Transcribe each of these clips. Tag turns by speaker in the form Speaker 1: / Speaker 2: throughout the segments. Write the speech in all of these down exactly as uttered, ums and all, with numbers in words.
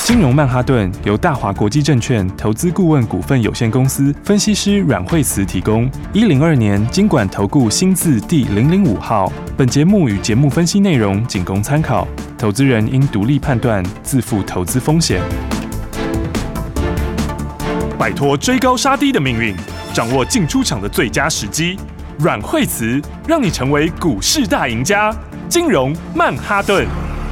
Speaker 1: 金融曼哈顿由大华国际证券投资顾问股份有限公司分析师阮惠慈提供。一零二年金管投顾新字第零零五号。本节目与节目分析内容仅供参考，投资人应独立判断，自负投资风险。摆脱追高杀低的命运，掌握进出场的最佳时机。阮惠慈让你成为股市大赢家。金融曼哈顿。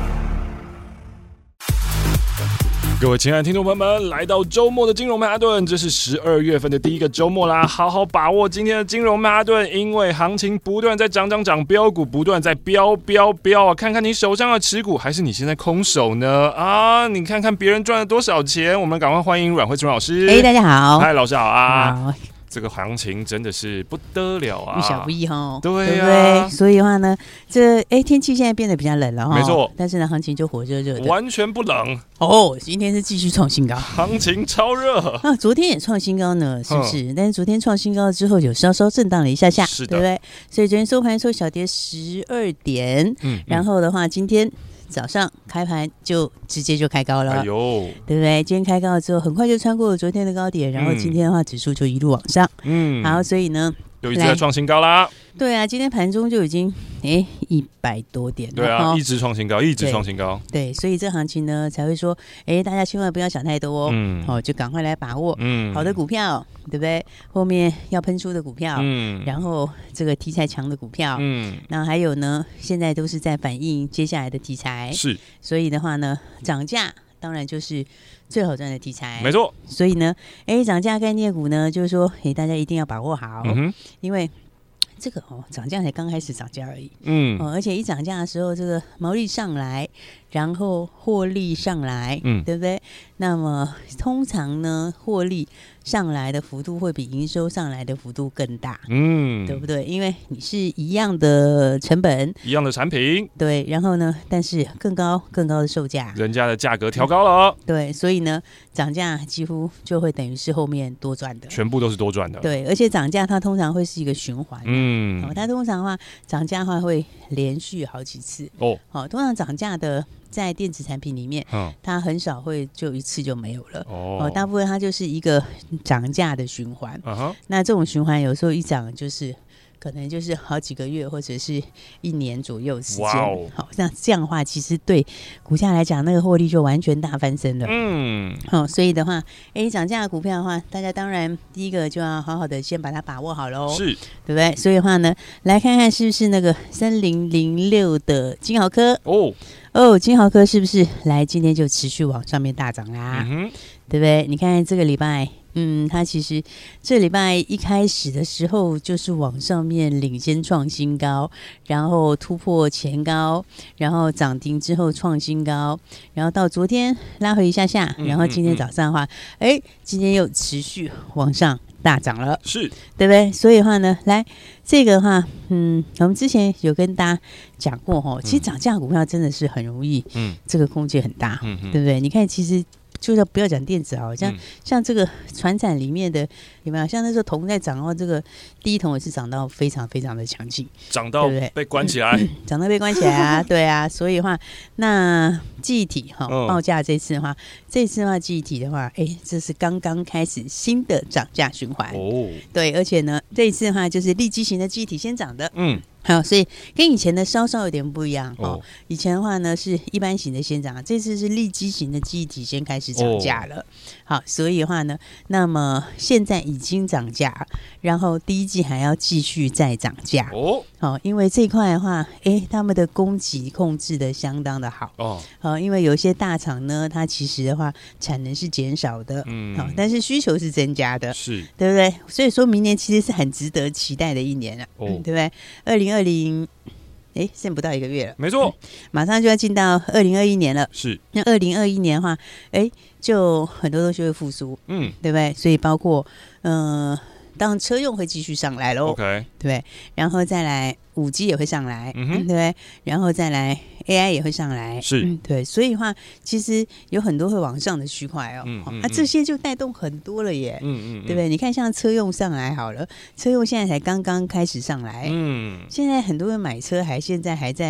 Speaker 1: 各位亲爱的听众朋友们，来到周末的金融曼哈顿，这是十二月份的第一个周末啦，好好把握今天的金融曼哈顿，因为行情不断在涨涨涨，标股不断在飙飙飙啊！看看你手上的持股，还是你现在空手呢？啊，你看看别人赚了多少钱？我们赶快欢迎阮惠慈老师。
Speaker 2: 哎、欸，大家好，
Speaker 1: 嗨，老师好啊。
Speaker 2: 好，
Speaker 1: 这个行情真的是不得了啊，
Speaker 2: 遇小不易哈，
Speaker 1: 对呀、
Speaker 2: 啊，对，所以的话呢，这哎、欸、天气现在变得比较冷了哈，
Speaker 1: 没错，
Speaker 2: 但是呢行情就火热热的，
Speaker 1: 完全不冷
Speaker 2: 哦。今天是继续创新高，
Speaker 1: 行情超热
Speaker 2: 啊，昨天也创新高呢，是不是？但是昨天创新高之后有稍稍震荡了一下下，
Speaker 1: 是的，
Speaker 2: 对不对？所以昨天收盘收小跌十二点，嗯，然后的话今天早上开盘就直接就开高了，哎呦，对不对？今天开高了之后，很快就穿过了昨天的高点，然后今天的话，指数就一路往上，嗯，好，所以呢，
Speaker 1: 又一直在创新高啦。
Speaker 2: 对啊，今天盘中就已经哎一百多点了，
Speaker 1: 对啊，一直创新高，一直创新高。
Speaker 2: 对，所以这行情呢才会说，哎，大家千万不要想太多，嗯，哦，就赶快来把握，嗯，好的股票，对不对？后面要喷出的股票，嗯，然后这个题材强的股票，嗯，那还有呢，现在都是在反映接下来的题材，
Speaker 1: 是，
Speaker 2: 所以的话呢，涨价当然就是最好赚的题材，
Speaker 1: 没错。
Speaker 2: 所以呢，哎，涨价概念股呢，就是说，哎，大家一定要把握好，嗯、因为这个哦，涨价才刚开始涨价而已，嗯，哦，而且一涨价的时候，这个毛利上来，然后获利上来，嗯，对不对？那么通常呢，获利上来的幅度会比营收上来的幅度更大，嗯，对不对？因为你是一样的成本，
Speaker 1: 一样的产品，
Speaker 2: 对，然后呢，但是更高更高的售价，
Speaker 1: 人家的价格调高了，
Speaker 2: 对，所以呢，涨价几乎就会等于是后面多赚的，
Speaker 1: 全部都是多赚的，
Speaker 2: 对，而且涨价它通常会是一个循环，嗯，哦，它通常的话涨价的话会连续好几次，哦，哦，通常涨价的。在电子产品里面，嗯、它很少会就一次就没有了。哦，哦大部分它就是一个涨价的循环。Uh-huh. 那这种循环有时候一涨就是可能就是好几个月或者是一年左右时间。Wow. 好，那这样的话，其实对股价来讲，那个获利就完全大翻身了。嗯，好、哦，所以的话，哎，涨价的股票的话，大家当然第一个就要好好的先把它把握好喽，
Speaker 1: 是，
Speaker 2: 对不对？所以的话呢，来看看是不是那个三零零六的金豪科哦。哦，金豪科是不是来今天就持续往上面大涨啦？嗯、对不对？你看这个礼拜，嗯，它其实这礼拜一开始的时候就是往上面领先创新高，然后突破前高，然后涨停之后创新高，然后到昨天拉回一下下，然后今天早上的话，哎、嗯，今天又持续往上大涨了，
Speaker 1: 是，
Speaker 2: 对不对？所以的话呢，来这个的话，嗯，我们之前有跟大家讲过哈，其实涨价股票真的是很容易，嗯，这个空间很大，嗯，对不对？你看，其实就是不要讲电子啊，像、嗯、像这个传产里面的有没有？像那时候铜在涨哦，这个第一铜也是涨到非常非常的强劲，
Speaker 1: 涨到被关起来，
Speaker 2: 涨到被关起来啊，对啊，所以的话，那记忆体哈、哦、报价这次的话，这次的话记忆体的话，哎，这是刚刚开始新的涨价循环哦，对，而且呢，这一次的话就是利基型的记忆体先涨的，嗯。好，所以跟以前的稍稍有点不一样哦。以前的话呢是一般型的先涨，这次是利基型的记忆体先开始涨价了。哦、好，所以的话呢，那么现在已经涨价，然后第一季还要继续再涨价哦。好，因为这一块的话，哎，他们的供给控制的相当的好哦。好，因为有一些大厂呢，它其实的话产能是减少的，嗯，好，但是需求是增加的，
Speaker 1: 是，
Speaker 2: 对不对？所以说明年其实是很值得期待的一年啊，哦、对不对？二零二零，哎，剩不到一个月了，
Speaker 1: 没错、
Speaker 2: 嗯，马上就要进到二零二一年了。
Speaker 1: 是，
Speaker 2: 那二零二一年的话，哎，就很多东西会复苏，嗯，对不对？所以包括，嗯、呃，当然车用会继续上来喽
Speaker 1: ，OK，
Speaker 2: 对不对？然后再来五 G 也会上来，嗯哼，对不对？然后再来 A I 也会上来，
Speaker 1: 是、
Speaker 2: 嗯，对，所以的话，其实有很多会往上的区块哦，嗯嗯嗯啊，这些就带动很多了耶，嗯 嗯, 嗯，对不对？你看像车用上来好了，车用现在才刚刚开始上来，嗯，现在很多人买车还现在还在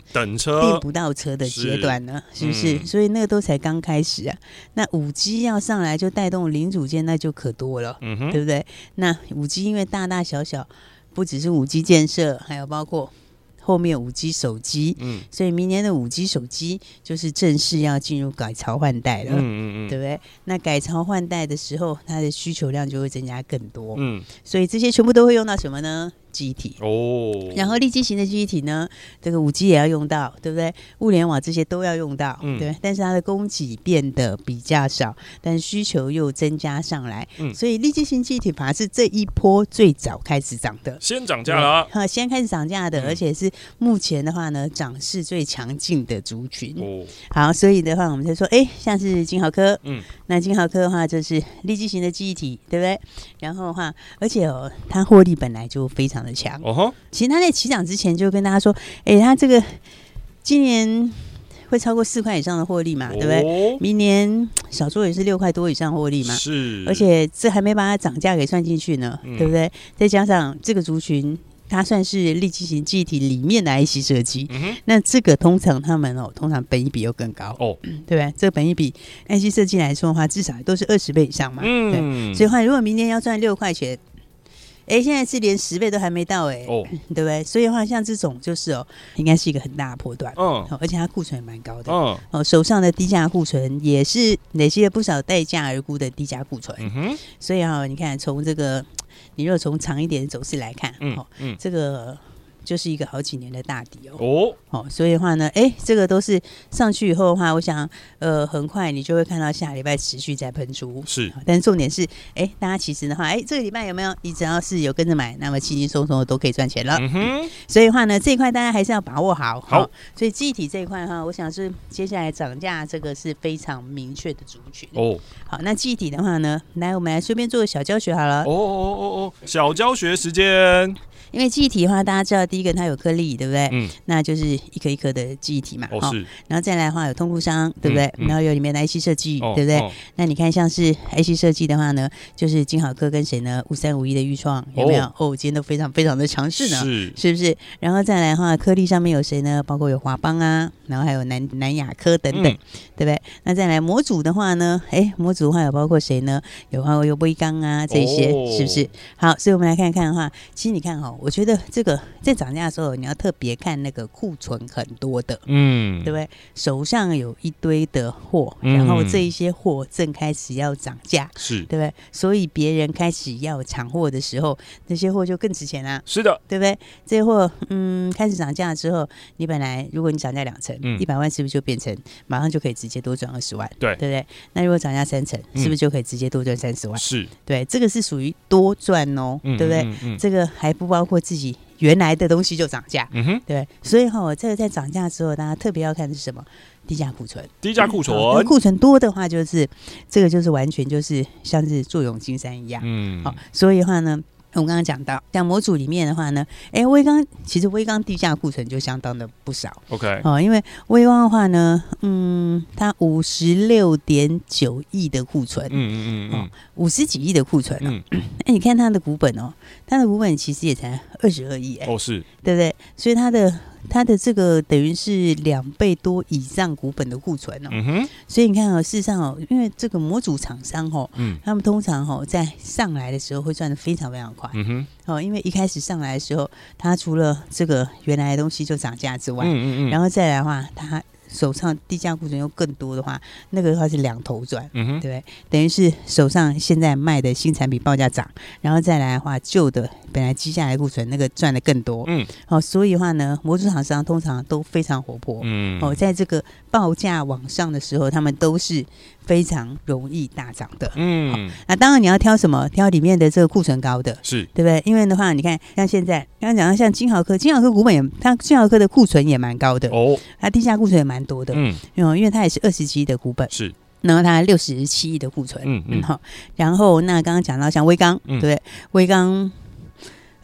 Speaker 1: 等车
Speaker 2: 订不到车的阶段呢，是, 是不是、嗯？所以那个都才刚开始啊。那五 G 要上来就带动零组件，那就可多了，嗯哼，对不对？那五 G 因为大大小小，不只是五 G 建设，还有包括后面五 G 手机，嗯，所以明年的五 G 手机就是正式要进入改朝换代了，嗯嗯嗯，对不对？那改朝换代的时候，它的需求量就会增加更多，嗯，所以这些全部都会用到什么呢？记忆体哦，然后立基型的记忆体呢，这个五 G 也要用到，对不对？物联网这些都要用到，嗯、对。但是它的供给变得比较少，但是需求又增加上来，嗯、所以立基型记忆体反而是这一波最早开始涨的，
Speaker 1: 先涨价了，
Speaker 2: 啊，先开始涨价的、嗯，而且是目前的话呢，涨势最强劲的族群。哦，好，所以的话，我们就说，哎，像是金豪科，嗯，那金豪科的话就是立基型的记忆体，对不对？然后的话，而且哦，它获利本来就非常的强哦吼，其实他在起涨之前就跟大家说，哎、欸，他这个今年会超过四块以上的获利嘛，哦、对不对？明年少说也是六块多以上获利嘛，
Speaker 1: 是，
Speaker 2: 而且这还没把它涨价给算进去呢、嗯，对不对？再加上这个族群，它算是立基型记忆体里面的 I C 设计、嗯，那这个通常他们哦，通常本益比又更高哦，对不对？这个本益比 I C 设计来说的话，至少都是二十倍以上嘛，嗯，对，所以话如果明年要赚六块钱。哎，现在是连十倍都还没到哎、欸，哦，对不对？所以的话，像这种就是哦，应该是一个很大的波段，嗯，而且它库存也蛮高的，嗯，哦，手上的低价库存也是累积了不少待价而沽的低价库存，嗯哼，所以啊、哦，你看从这个，你如果从长一点的走势来看，嗯，哦、嗯，这个。就是一个好几年的大底哦，哦，哦，所以的话呢，哎，这个都是上去以后的话，我想，呃，很快你就会看到下礼拜持续在喷出，
Speaker 1: 是，
Speaker 2: 但是重点是，哎，大家其实的话，哎，这个礼拜有没有？你只要是有跟着买，那么轻轻松松的都可以赚钱了。嗯哼，所以的话呢，这一块大家还是要把握好。
Speaker 1: 好，
Speaker 2: 哦、所以记忆体这一块哈，我想是接下来涨价这个是非常明确的族群哦。好，那记忆体的话呢，来我们来随便做个小教学好了。
Speaker 1: 哦哦哦哦，小教学时间。
Speaker 2: 因为记忆体的话，大家知道第一个它有颗粒，对不对？嗯，那就是一颗一颗的记忆体嘛。
Speaker 1: 哦，是。
Speaker 2: 然后再来的话有通路商，对不对？嗯嗯、然后有里面的 I C 设计、哦，对不对、哦？那你看像是 I C 设计的话呢，就是金豪科跟谁呢？五三五一的裕创有没有？哦，哦今天都非常非常的强势呢，是是不是？然后再来的话，颗粒上面有谁呢？包括有华邦啊，然后还有南南亚科等等、嗯，对不对？那再来模组的话呢，哎，模组的话有包括谁呢？有包括有微刚啊这些、哦，是不是？好，所以我们来看看的话，其实你看哈、哦。我觉得这个在涨价的时候，你要特别看那个库存很多的，嗯，对不对？手上有一堆的货，然后这一些货正开始要涨价，
Speaker 1: 是，
Speaker 2: 对不对？所以别人开始要抢货的时候，那些货就更值钱啦。
Speaker 1: 是的，
Speaker 2: 对不对？这些货，嗯，开始涨价之后，你本来如果你涨价两成，一百万是不是就变成马上就可以直接多赚二十万？
Speaker 1: 对，
Speaker 2: 对不对？那如果涨价三成，是不是就可以直接多赚三十万？
Speaker 1: 是，
Speaker 2: 对，这个是属于多赚哦，对不对？嗯嗯嗯、这个还不包括自己原来的东西就涨价，嗯哼，对，所以哈、哦，这个在涨价之后，大家特别要看的是什么？低价库存，
Speaker 1: 低价库存，
Speaker 2: 嗯、库存多的话，就是这个就是完全就是像是坐拥金山一样，嗯，好、哦，所以的话呢。我刚刚讲到，像模组里面的话呢，哎，威刚其实威刚低价库存就相当的不少
Speaker 1: ，OK，
Speaker 2: 哦，因为威刚的话呢，嗯，它五十六点九亿的库存，嗯嗯嗯，哦，五十几亿的库存哦，哎、嗯，你看它的股本哦，它的股本其实也才二十二亿，哎，
Speaker 1: 哦是，
Speaker 2: 对不对？所以它的它的这个等于是两倍多以上股本的库存哦，嗯哼，所以你看哦，事实上哦，因为这个模组厂商哦，嗯，他们通常哦在上来的时候会赚得非常非常快。嗯哼，哦，因为一开始上来的时候，它除了这个原来的东西就涨价之外，嗯嗯嗯，然后再来的话，它手上低价库存又更多的话，那个的话是两头赚，嗯哼，对不对？等于是手上现在卖的新产品报价涨，然后再来的话，旧的本来积下来的库存那个赚的更多，嗯，哦，所以的话呢，模组厂商通常都非常活泼，嗯，哦，在这个报价往上的时候，他们都是非常容易大涨的，嗯，那当然你要挑什么？挑里面的这个库存高的，
Speaker 1: 是
Speaker 2: 对不对？因为的话，你看像现在刚刚讲到像金豪科，金豪科股本也，它金豪科的库存也蛮高的哦，它低价库存也蛮多的，嗯，因为它也是二十几亿的股本，
Speaker 1: 是。
Speaker 2: 然后它六十七亿的库存，嗯嗯，好，然后那刚刚讲到像威刚，嗯、对不对？威刚。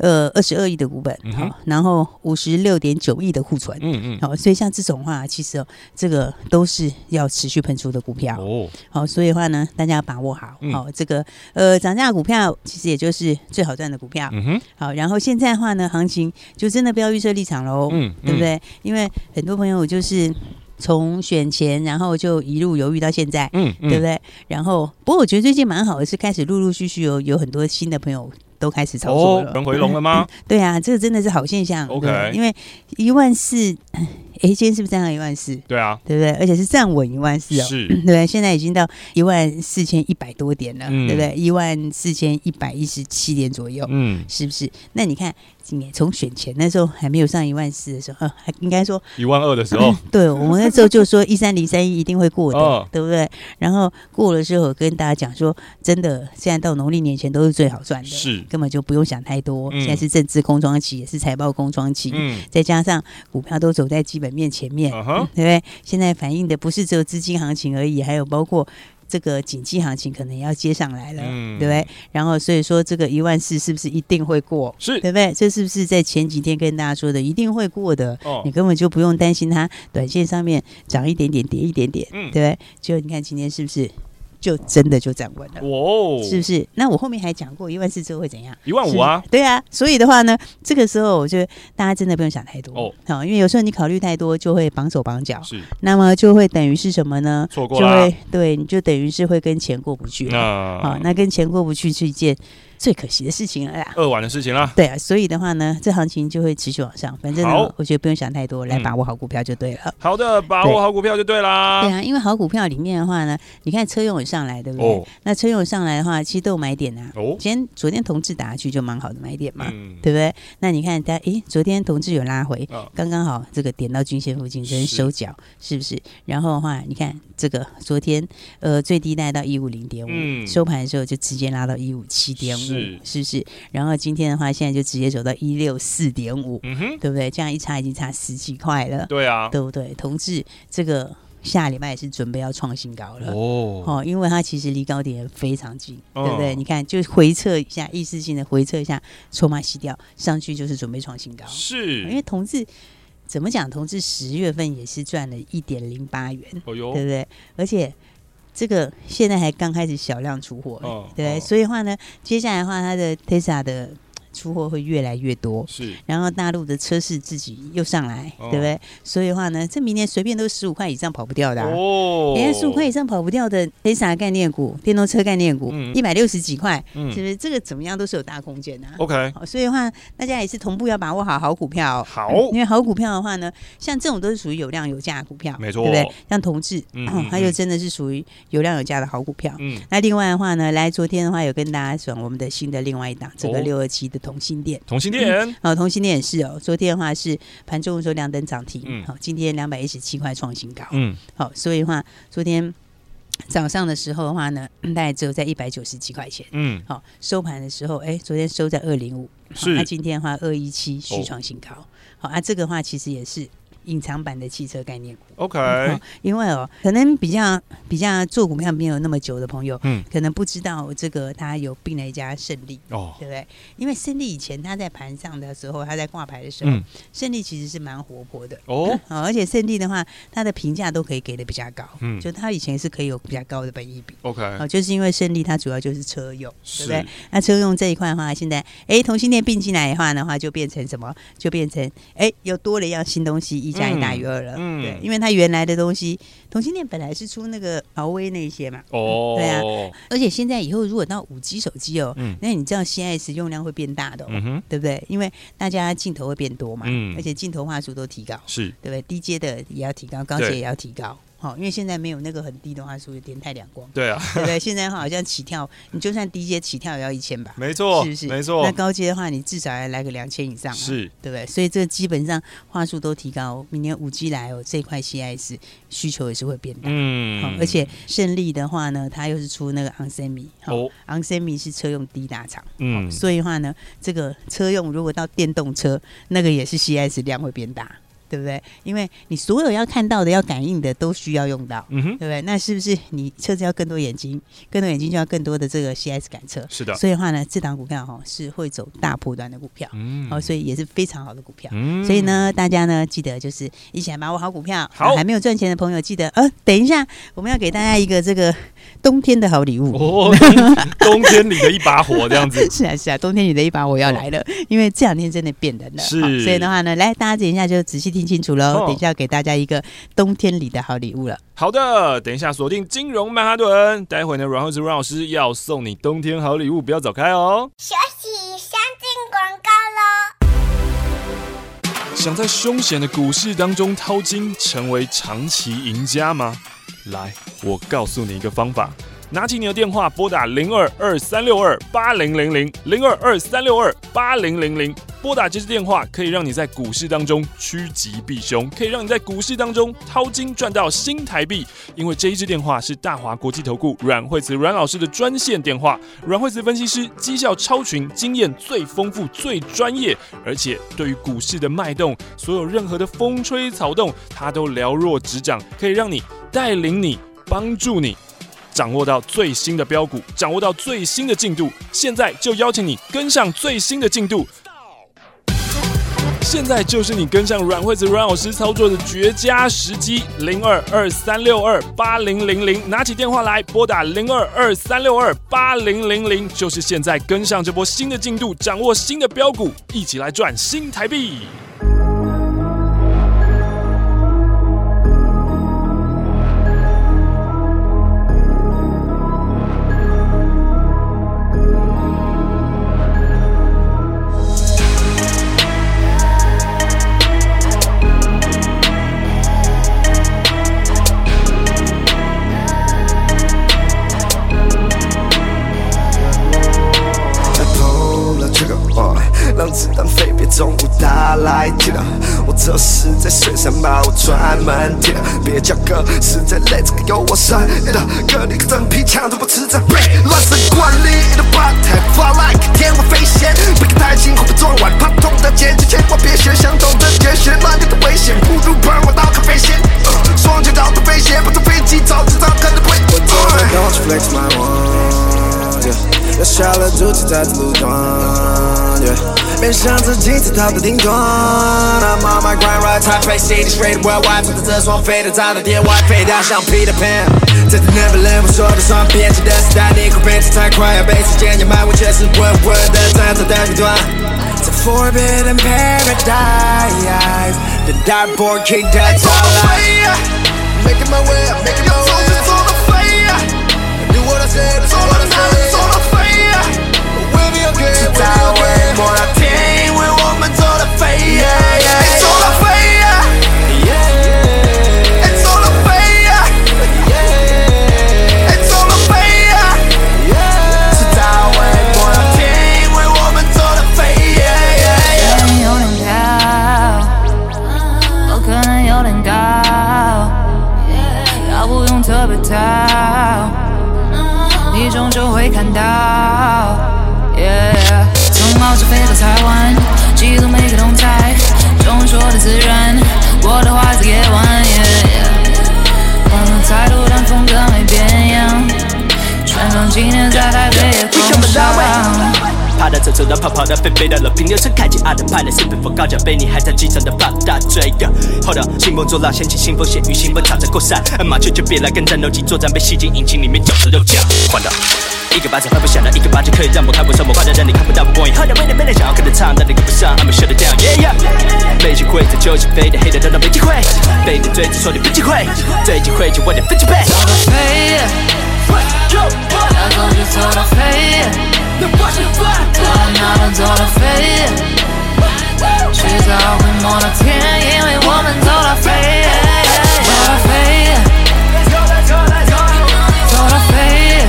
Speaker 2: 呃二十二亿的股本，好、嗯，然后五十六点九亿的库存，
Speaker 1: 嗯嗯，
Speaker 2: 好，所以像这种话，其实、哦、这个都是要持续喷出的股票哦。好，所以的话呢，大家要把握好，好、嗯哦，这个呃涨价股票其实也就是最好赚的股票，嗯哼。好，然后现在的话呢，行情就真的不要预设立场喽，嗯，对不对？因为很多朋友就是从选前，然后就一路犹豫到现在，嗯，嗯对不对？然后，不过我觉得最近蛮好的是，开始陆陆续续有有很多新的朋友都开始操作了，
Speaker 1: 人回笼了吗？
Speaker 2: 对啊，这个真的是好现象。OK， 因为一万四。哎，今天是不是站到一万四？
Speaker 1: 对啊，
Speaker 2: 对不对？而且是站稳一万四哦，
Speaker 1: 是，
Speaker 2: 对不对？现在已经到一万四千一百多点了，嗯、对不对？一万四千一百一十七点左右，嗯，是不是？那你看，从选前那时候还没有上一万四的时候，还应该说
Speaker 1: 一万二的时候，嗯、
Speaker 2: 对我们那时候就说一三零三一一定会过的，哦、对不对？然后过了之后，跟大家讲说，真的，现在到农历年前都是最好赚的，
Speaker 1: 是，
Speaker 2: 根本就不用想太多。嗯、现在是政治空窗期，也是财报空窗期，嗯，再加上股票都走在基本面前面，uh-huh. 对不对？现在反映的不是只有资金行情而已，还有包括这个景气行情可能要接上来了，嗯、对不对？然后所以说这个一万四是不是一定会过？
Speaker 1: 是，
Speaker 2: 对不对？这是不是在前几天跟大家说的一定会过的？哦、你根本就不用担心它短线上面涨一点点跌一点点，嗯、对不对？就你看今天是不是？就真的就站稳了，哦，是不是？那我后面还讲过一万四之后会怎样？
Speaker 1: 一万五啊，
Speaker 2: 对啊。所以的话呢，这个时候我觉得大家真的不用想太多哦，好，因为有时候你考虑太多，就会绑手绑脚，是，那么就会等于是什么呢？
Speaker 1: 错过了，就会
Speaker 2: 对，你就等于是会跟钱过不去了，啊、好，那跟钱过不去是一件最可惜的事情了呀，
Speaker 1: 扼腕的事情啦。
Speaker 2: 对啊，所以的话呢，这行情就会持续往上。反正呢，我觉得不用想太多，来把握好股票就对了。嗯、
Speaker 1: 好的，把握好股票就对啦。
Speaker 2: 对啊，因为好股票里面的话呢，你看车用也上来，对不对？哦、那车用上来的话，其实都有买点啊。哦，今天昨天同志打下去就蛮好的买点嘛，嗯、对不对？那你看，大家诶，昨天同志有拉回，刚刚、哦、好这个点到均线附近跟收脚，是不是？然后的话，你看这个昨天呃最低带到一五零点五，收盘的时候就直接拉到一五七点五。是, 是不是？然后今天的话，现在就直接走到一六四点五，对不对？这样一差已经差十几块了，
Speaker 1: 对啊，
Speaker 2: 对不对？同志，这个下礼拜也是准备要创新高了哦，哦，因为它其实离高点非常近，哦、对不对？你看，就回测一下，意识性的回测一下，筹码洗掉上去，就是准备创新高。
Speaker 1: 是，
Speaker 2: 因为同志怎么讲？同志十月份也是赚了一点零八元，哦哟，对不对？而且。这个现在还刚开始小量出货，哦、对，哦、所以的话呢，接下来的话，它的 Tesla 的出货会越来越多，
Speaker 1: 是，
Speaker 2: 然后大陆的车市自己又上来，哦、对不对？所以的话呢，这明年随便都十五块以上跑不掉的、啊，哦，人家十五块以上跑不掉的 Tesla 概念股、电动车概念股，一百六十几块，嗯、是不是？这个怎么样都是有大空间的、啊。
Speaker 1: OK，
Speaker 2: 好，所以的话，大家也是同步要把握好好股票、哦，
Speaker 1: 好、
Speaker 2: 嗯，因为好股票的话呢，像这种都是属于有量有价的股票，
Speaker 1: 没错，
Speaker 2: 对不对？像同志，嗯，嗯它就真的是属于有量有价的好股票。嗯，那另外的话呢，来昨天的话有跟大家讲我们的新的另外一档，这个六二七的同心店。
Speaker 1: 同心店，
Speaker 2: 嗯、哦，同心店也是哦。昨天的话是盘中的时候亮灯涨停，嗯，好、哦，今天两百一十七块创新高，嗯，好、哦，所以的话，昨天早上的时候的话呢，大概只有在一百九十几块钱，嗯，好、哦，收盘的时候，哎，昨天收在二零五，是，那、啊、今天的话二一七续创新高，好、哦，啊，这个话其实也是。隐藏版的汽车概念股
Speaker 1: ，OK，、
Speaker 2: 嗯、因为哦，可能比较比较做股票没有那么久的朋友，嗯，可能不知道这个他有并了一家胜利，哦，对不对？因为胜利以前他在盘上的时候，他在挂牌的时候，嗯、胜利其实是蛮活泼的哦、嗯，而且胜利的话，他的评价都可以给的比较高，嗯，就他以前是可以有比较高的本益比
Speaker 1: ，OK，
Speaker 2: 哦，就是因为胜利它主要就是车用，对不对？那车用这一块的话，现在哎，同性恋并进来的话的话，就变成什么？就变成哎，又多了一样新东西，一加一大于二了。嗯，对，因为它原来的东西，同性恋本来是出那个豪威那些嘛，哦，对啊，而且现在以后如果到五 G 手机哦，嗯、那你知道 C I S 用量会变大的、哦嗯，对不对？因为大家镜头会变多嘛，嗯、而且镜头画素都提高，是，对不对？低阶的也要提高，高阶也要提高。好，因为现在没有那个很低的话，属于点太亮光。对啊，对不对？现在好像起跳，你就算低阶起跳也要一千吧？
Speaker 1: 没错，
Speaker 2: 是不是？
Speaker 1: 没错。
Speaker 2: 那高阶的话，你至少要来个两千以上、啊，是，对不对？所以这基本上话术都提高。明年五 G 来哦，这块 C I S 需求也是会变大。嗯，而且胜利的话呢，它又是出那个 Onsemi， 哦 ，Onsemi 是车用低大厂，嗯，所以的话呢，这个车用如果到电动车，那个也是 C I S 量会变大。 对不对？因为你所有要看到的、要感应的，都需要用到，嗯哼，对不对？那是不是你车子要更多眼睛，更多眼睛就要更多的这个 C S 感测？
Speaker 1: 是的。
Speaker 2: 所以的话呢，这档股票哈是会走大波段的股票，嗯，好，所以也是非常好的股票。嗯，所以呢，大家呢记得就是一起来把握好股票。好，还没有赚钱的朋友记得，呃，等一下我们要给大家一个这个冬天的好礼物
Speaker 1: 哦，冬天里的一把火这样子。
Speaker 2: 是啊是啊，冬天里的一把火要来了，哦、因为这两天真的变冷了，是，所以的话呢，来大家等一下就仔细听清楚喽，哦、等一下要给大家一个冬天里的好礼物了。
Speaker 1: 好的，等一下锁定金融曼哈顿，待会呢阮慧慈阮老师要送你冬天好礼物，不要走开哦。
Speaker 3: 休息，先进广告喽。
Speaker 1: 想在凶险的股市当中淘金，成为长期赢家吗？来，我告诉你一个方法。拿起你的电话，拨打零二二三六二八零零零零二二三六二八零零零，拨打这支电话可以让你在股市当中趋吉避凶，可以让你在股市当中淘金赚到新台币。因为这一支电话是大华国际投顾阮慧慈阮老师的专线电话，阮慧慈分析师绩效超群，经验最丰富、最专业，而且对于股市的脉动，所有任何的风吹草动，他都了若指掌，可以让你带领你、帮助你。掌握到最新的标股，掌握到最新的进度，现在就邀请你跟上最新的进度。现在就是你跟上阮慧慈阮老师操作的绝佳时机，零二二三六二八零零零，拿起电话来拨打零二二三六二八零零零，就是现在跟上这波新的进度，掌握新的标股，一起来赚新台币。
Speaker 4: 让子弹飞，别中午打来记得，我这是在水上把我专门贴的，别叫哥，实在累，这个有我深的，哥你个真皮枪都不吃这背，乱世惯例的把台发 like 天外飞仙，别个太轻，会被撞歪，怕痛的结局，千万别学，相同的绝学，乱流的危险，不如帮我倒咖啡先，双脚倒的飞鞋，不坐飞机，早知道可能会。Don't you flex my one, yeah， 要下了主题在路段 ，yeah。别想自己在逃的顶端 I'm on my grind right Taipei City's rated worldwide 坐在这双飞的站的天外飞掉像 Peter Pan 在这 Neverland 我说的算编辑的时代你会变得太快要被时间掩埋我却是稳稳的站在单端在 Forbidden Paradise The Dartboard King that's all I Making my way up Making my way up 走着走的飞 Do what I say Do what I say 走的飞 We'll be okay We'll be okay 莫让天因为我们走得飞 yeah, yeah, 走得飞 yeah, yeah, 走得飞 yeah, yeah, 走得飞 yeah, 知道为莫让天因为我们走得飞 yeah, yeah,
Speaker 5: 可能有点高我可能有点高要不用特别逃你终究会看到 yeah, 从澳洲飞到台湾记录每个动态中文说的自然我的话在夜晚 yeah, yeah, 换了态度但风格没变样穿上今天在台北夜空上
Speaker 6: 爬的走走的跑跑的飞飞的平流车开启阿的派的是被风高脚杯你还在机场的放大嘴 Hold up 兴风作浪掀起腥风血雨兴奋朝着扩散马雀就别来跟战斗机作战被吸进引擎里面绞着肉酱换到一个巴掌拍不响的一个巴掌可以让我看不上我夸张让你看不到我光影喝点没点没点想要跟着唱但你跟不上 I'm shut it down yeah yeah 没机会在球起飞的黑的都能没机会飞的追着说你没机会这机会就我点分几倍
Speaker 5: 走到飞要走就走到飞走到哪都走到飞迟早会摸到天因为我们走到飞走到飞走到飞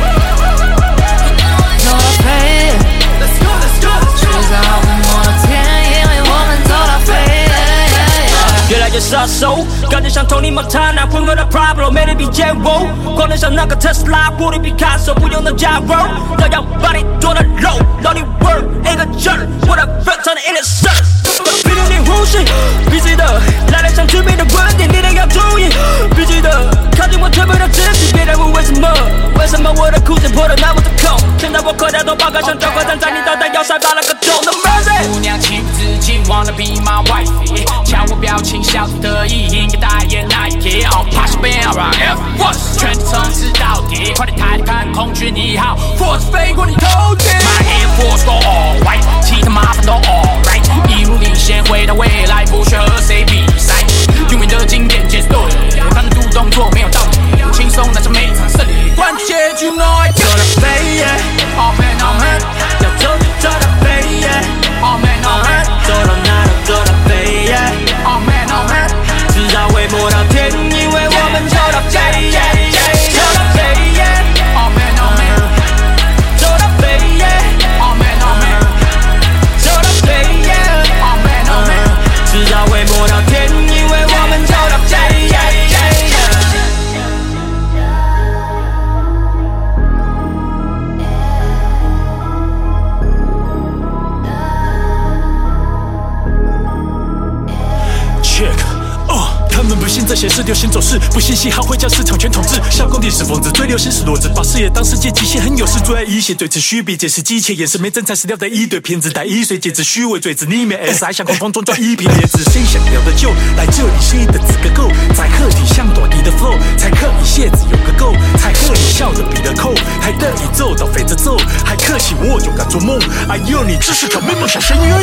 Speaker 5: 走到飞迟早会摸到天因为我们走到飞
Speaker 6: 越来越奢侈手，感觉像 Tony Montana 混合的 Pablo， 魅力比剑舞，狂得像那个特斯拉，玻璃比卡索，不用的加柔，都要把你做的肉，让你 work 一个劲儿，我的 feel 唱的 in the sun。逼着你呼吸，必须的，来来像致命的观点，你得要注意。必须的，靠近我全部的肢体，别再问为什么，为什么我的裤子破得那么的空？现在我口袋都爆开，像交火站在你脑袋要塞拔了个洞。No mercy。姑娘情不自禁 wanna be my wife， 瞧我表情笑得意，应该代言 Nike。哦，怕是别要让 Air Force 全程吃到底，快点抬头看空军一号 ，Force 飞过你头顶。My Air Force go all white， 其他麻烦都 all right， 一路领先回到未来，不需和谁比赛。永远的经典节奏，看得读动作没有道理，不轻松那是每场胜利。关键you know I got to play it，Oh man oh man， 要走就走到飞 ，Oh man oh man， 走到哪都走到飞 ，Oh man oh man， 迟早会摸到天，因为我们走到飞，走到飞 ，Oh man oh man， 走到飞 ，Oh man oh man， 走到飞 ，Oh man oh man， 迟早会摸到天，因为我们走到飞。
Speaker 7: 他们不信这些是流行走势，不信嘻哈会将市场全统治。小工地是疯子，最流行是骡子，把事业当世界极限很有事，最爱一些对此虚比，解释机械，也是没真材实料的一堆骗子，带一岁戒指虚伪嘴子，里面 S 还想空风中转一片叶子，谁想要的就来这里，谁的资格够，才合体像短笛的 flow， 才可以鞋子有个够，才可以笑着比了扣，还得以走到飞着走，还可惜我勇敢做梦，哎呦你只是条没梦想声音而已。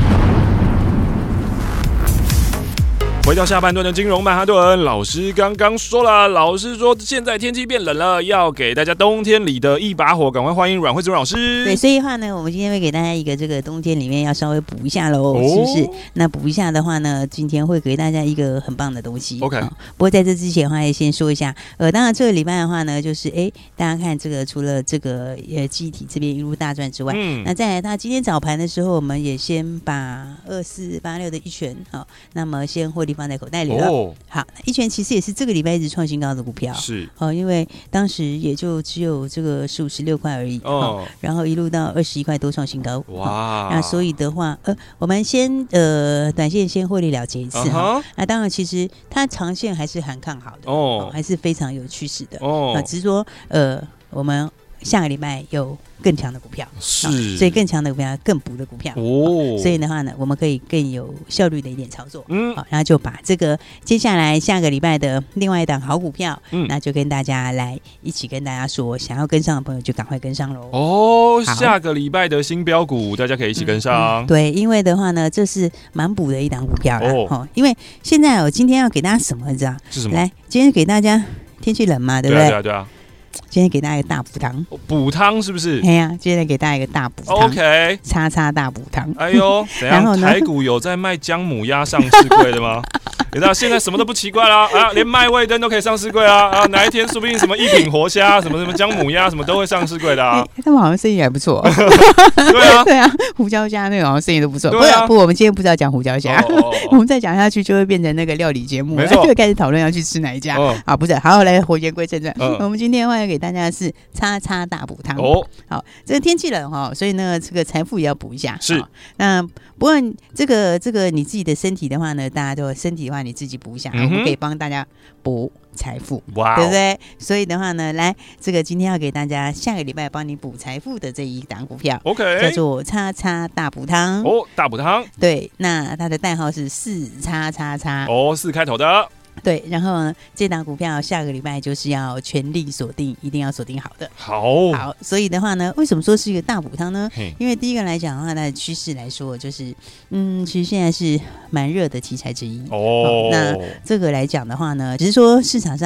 Speaker 1: 回到下半段的金融曼哈顿，老师刚刚说了，老师说现在天气变冷了，要给大家冬天里的一把火，赶快欢迎阮慧芝老师。
Speaker 2: 对，所以的话呢，我们今天会给大家一个这个冬天里面要稍微补一下喽，哦、是不是？那补一下的话呢，今天会给大家一个很棒的东西。
Speaker 1: OK，、哦、
Speaker 2: 不过在这之前的话，也先说一下，呃，当然这个礼拜的话呢，就是哎，大家看这个除了这个呃记忆体这边一路大赚之外，嗯，那再来，他今天早盘的时候，我们也先把二四八六的一拳，好、哦，那么先获利放在口袋里了。哦、好，一拳其实也是这个礼拜一直创新高的股票，
Speaker 1: 是
Speaker 2: 哦，因为当时也就只有这个十五十六块而已，哦，哦然后一路到二十一块多创新高，哇、哦！那所以的话，呃，我们先呃短线先获利了结一次哈、uh-huh 哦。那当然，其实它长线还是很看好的哦，哦还是非常有趋势的哦。啊，只是说呃，我们下个礼拜有更强的股票，
Speaker 1: 是、
Speaker 2: 哦，所以更强的股票更补的股票哦，所以的话呢，我们可以更有效率的一点操作，嗯，好、哦，然后就把这个接下来下个礼拜的另外一档好股票，嗯，那就跟大家来一起跟大家说，想要跟上的朋友就赶快跟上喽。
Speaker 1: 哦，下个礼拜的新标股，大家可以一起跟上、
Speaker 2: 嗯嗯。对，因为的话呢，这是蛮补的一档股票啦哦, 哦，因为现在我今天要给大家什么，你知道？
Speaker 1: 是什么？
Speaker 2: 来，今天给大家天气冷嘛，对不对？
Speaker 1: 对啊，对啊。对啊
Speaker 2: 今天给大家一个大补汤，
Speaker 1: 补汤是不是？
Speaker 2: 哎呀，今天给大家一个大补汤
Speaker 1: ，OK，
Speaker 2: 叉叉大补汤。
Speaker 1: 哎呦，然后台股有在卖姜母鸭上市柜的吗？你知道现在什么都不奇怪啦，啊，连卖味登都可以上市柜啊！啊，哪一天说不定什么一品活虾、什么什么姜母鸭什么都会上市柜的啊！
Speaker 2: 他们好像生意还不错。
Speaker 1: 对啊，
Speaker 2: 对啊，胡椒虾那个好像生意都不错。
Speaker 1: 对啊，
Speaker 2: 不，我们今天不是要讲胡椒虾，我们再讲下去就会变成那个料理节目，
Speaker 1: 没错，
Speaker 2: 就会开始讨论要去吃哪一家啊？不是，好，来回言归正传，我们今天的话要给大家的是叉叉大补汤哦。好，这个天气冷哈，所以呢，这个财富也要补一下。
Speaker 1: 是，
Speaker 2: 那不过这个这个你自己的身体的话呢，大家都身体的话你自己补一下。我们可以帮大家补财富，哇、哦，对不对？所以的话呢，来这个今天要给大家下个礼拜帮你补财富的这一档股票
Speaker 1: ，OK，
Speaker 2: 叫做叉叉大补汤
Speaker 1: 哦，大补汤，
Speaker 2: 对，那它的代号是四叉叉叉
Speaker 1: 哦，四开头的。
Speaker 2: 对，然后呢，这档股票下个礼拜就是要全力锁定，一定要锁定好的。
Speaker 1: 好，
Speaker 2: 好，所以的话呢，为什么说是一个大补汤呢？因为第一个来讲的话，它的趋势来说，就是嗯，其实现在是蛮热的题材之一。哦，哦那这个来讲的话呢，只是说市场上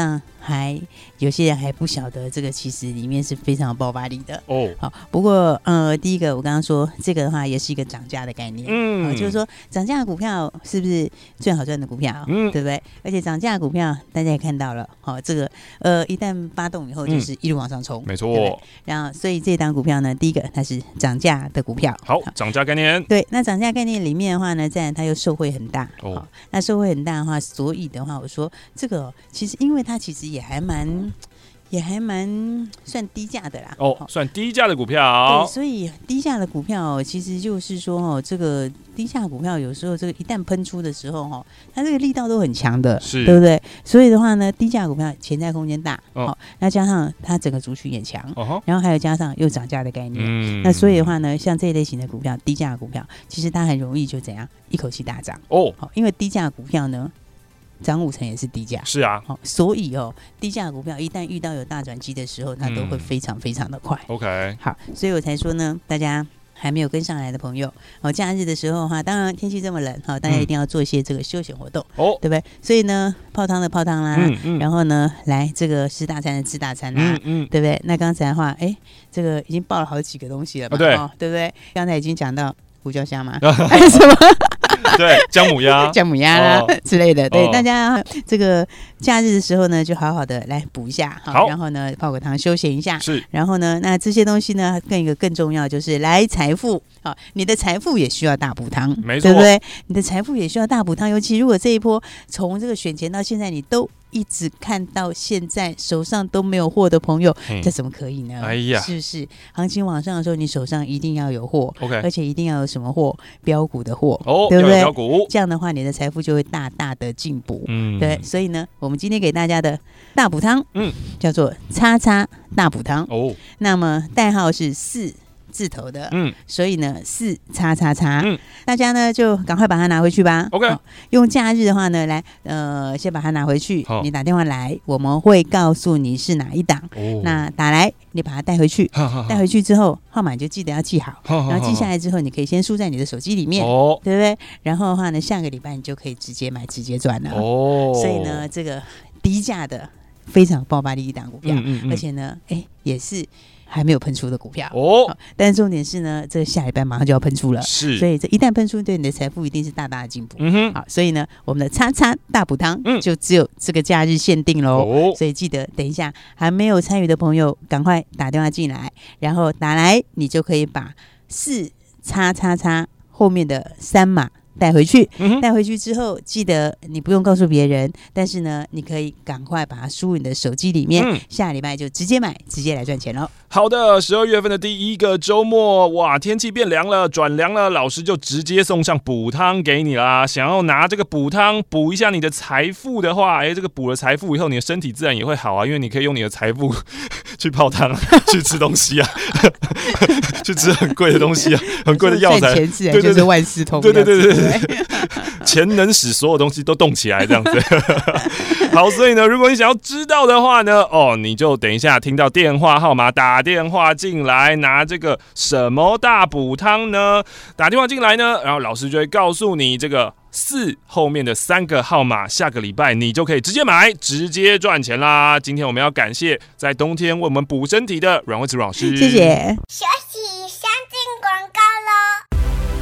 Speaker 2: 还有些人还不晓得这个其实里面是非常有爆发力的
Speaker 1: 哦。
Speaker 2: 好，不过呃，第一个我刚刚说这个的话，也是一个涨价的概念，嗯，就是说涨价的股票是不是最好赚的股票，嗯，对不对？而且涨价的股票大家也看到了，好，这个呃一旦发动以后就是一路往上冲，
Speaker 1: 没错。
Speaker 2: 然后所以这档股票呢，第一个它是涨价的股票，
Speaker 1: 好，涨价概念，
Speaker 2: 对，那涨价概念里面的话呢，再来它又受惠很大，哦，那受惠很大的话，所以的话，我说这个其实因为它其实也还蛮。也还蛮算低价的啦，
Speaker 1: 哦，算低价的股票。
Speaker 2: 对，所以低价的股票其实就是说哦，这个低价股票有时候这个一旦喷出的时候哦，它这个力道都很强的，
Speaker 1: 是，
Speaker 2: 对不对？所以的话呢，低价股票潜在空间大，哦，哦那加上它整个族群也强，哦，然后还有加上又涨价的概念，嗯，那所以的话呢，像这一类型的股票，低价股票其实它很容易就怎样一口气大涨哦，好，因为低价股票呢。涨五成也是低价，
Speaker 1: 是啊，
Speaker 2: 哦，所以哦，低价股票一旦遇到有大转机的时候，它都会非常非常的快。
Speaker 1: 嗯、OK，
Speaker 2: 好，所以我才说呢，大家还没有跟上来的朋友，哦，假日的时候的话，当然天气这么冷，哈、哦，大家一定要做一些这个休闲活动，哦、嗯，对不对？所以呢，泡汤的泡汤啦，嗯嗯、然后呢，来这个吃大餐的吃大餐啦，嗯嗯、对不对？那刚才的话，哎，这个已经报了好几个东西了嘛，哦、对、哦，对不对？刚才已经讲到胡椒虾嘛，还有什么？
Speaker 1: 对，姜母鸭、
Speaker 2: 姜母鸭啦、哦、之类的，对、哦、大家这个假日的时候呢，就好好的来补一下，好，然后呢泡个汤休闲一下，
Speaker 1: 是，
Speaker 2: 然后呢，那这些东西呢，更一个更重要就是来财富，好，你的财富也需要大补汤，
Speaker 1: 没错，
Speaker 2: 对不对？你的财富也需要大补汤，尤其如果这一波从这个选前到现在，你都一直看到现在手上都没有货的朋友，这怎么可以呢？
Speaker 1: 哎呀，
Speaker 2: 是不是？行情往上的时候，你手上一定要有货
Speaker 1: ，OK，
Speaker 2: 而且一定要有什么货？标股的货，
Speaker 1: 哦，
Speaker 2: 对不对？
Speaker 1: 标股，
Speaker 2: 这样的话，你的财富就会大大的进步。嗯，对，所以呢，我们今天给大家的大补汤，嗯，叫做叉叉大补汤。哦，那么代号是四。字头的，嗯，所以呢，四叉叉叉，嗯，大家呢就赶快把它拿回去吧。
Speaker 1: OK，、哦、
Speaker 2: 用假日的话呢，来，呃，先把它拿回去。你打电话来，我们会告诉你是哪一档。哦、那打来，你把它带回去，带回去之后，号码就记得要记好。然后记下来之后，你可以先输在你的手机里面，哦、对不对？然后的话呢，下个礼拜你就可以直接买、直接赚了。哦，所以呢，这个低价的非常爆发力一档股票，嗯嗯嗯而且呢，哎，也是。还没有喷出的股票哦，但是重点是呢，这个下礼拜马上就要喷出了，
Speaker 1: 是，
Speaker 2: 所以这一旦喷出，对你的财富一定是大大的进步。嗯哼，好，所以呢，我们的叉叉大补汤就只有这个假日限定喽、哦，所以记得等一下还没有参与的朋友，赶快打电话进来，然后打来，你就可以把四叉叉叉后面的三码。带回去，带回去之后，记得你不用告诉别人，但是呢，你可以赶快把它输入你的手机里面，嗯、下礼拜就直接买，直接来赚钱喽。
Speaker 1: 好的，十二月份的第一个周末，哇，天气变凉了，转凉了，老师就直接送上补汤给你啦。想要拿这个补汤补一下你的财富的话，哎，这个补了财富以后，你的身体自然也会好啊，因为你可以用你的财富去泡汤，去吃东西啊，去吃很贵的东西啊，很贵的药材，
Speaker 2: 钱自然就是万事通。
Speaker 1: 对对对对对。钱能使所有东西都动起来，这样子。好，所以呢，如果你想要知道的话呢，哦，你就等一下听到电话号码，打电话进来拿这个什么大补汤呢？打电话进来呢，然后老师就会告诉你这个四后面的三个号码，下个礼拜你就可以直接买，直接赚钱啦。今天我们要感谢在冬天为我们补身体的阮惠慈老师，
Speaker 2: 谢谢。
Speaker 3: 休息，先进广告喽。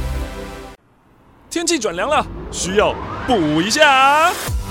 Speaker 1: 天气转凉了，需要补一下。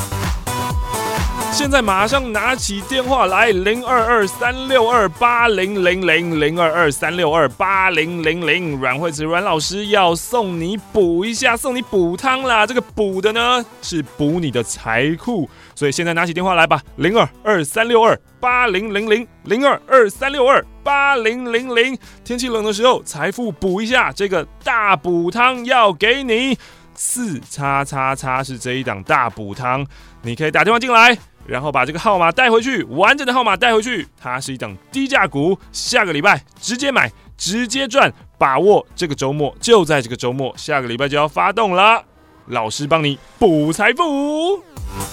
Speaker 1: 现在马上拿起电话来，零二二三六二八零零零零二二三六二八零零零，阮惠慈阮老师要送你补一下，送你补汤啦。这个补的呢是补你的财库，所以现在拿起电话来吧，零二二三六二八零零零零二二三六二八零零零。天气冷的时候，财富补一下，这个大补汤要给你。四叉叉叉是这一档大补汤，你可以打电话进来，然后把这个号码带回去，完整的号码带回去。它是一档低价股，下个礼拜直接买，直接赚，把握这个周末，就在这个周末，下个礼拜就要发动了。老师帮你补财富，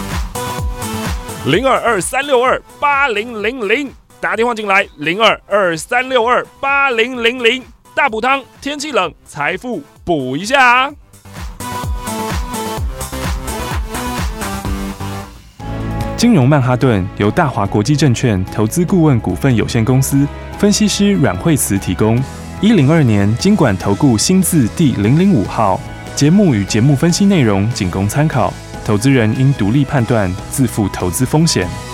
Speaker 1: 零二二三六二八零零零，打电话进来，零二二三六二八零零零，大补汤，天气冷，财富补一下啊。 金融曼哈顿由大华国际证券投资顾问股份有限公司分析师阮惠慈提供。一零二年金管投顾新字第零零五号。节目与节目分析内容仅供参考，投资人应独立判断，自负投资风险。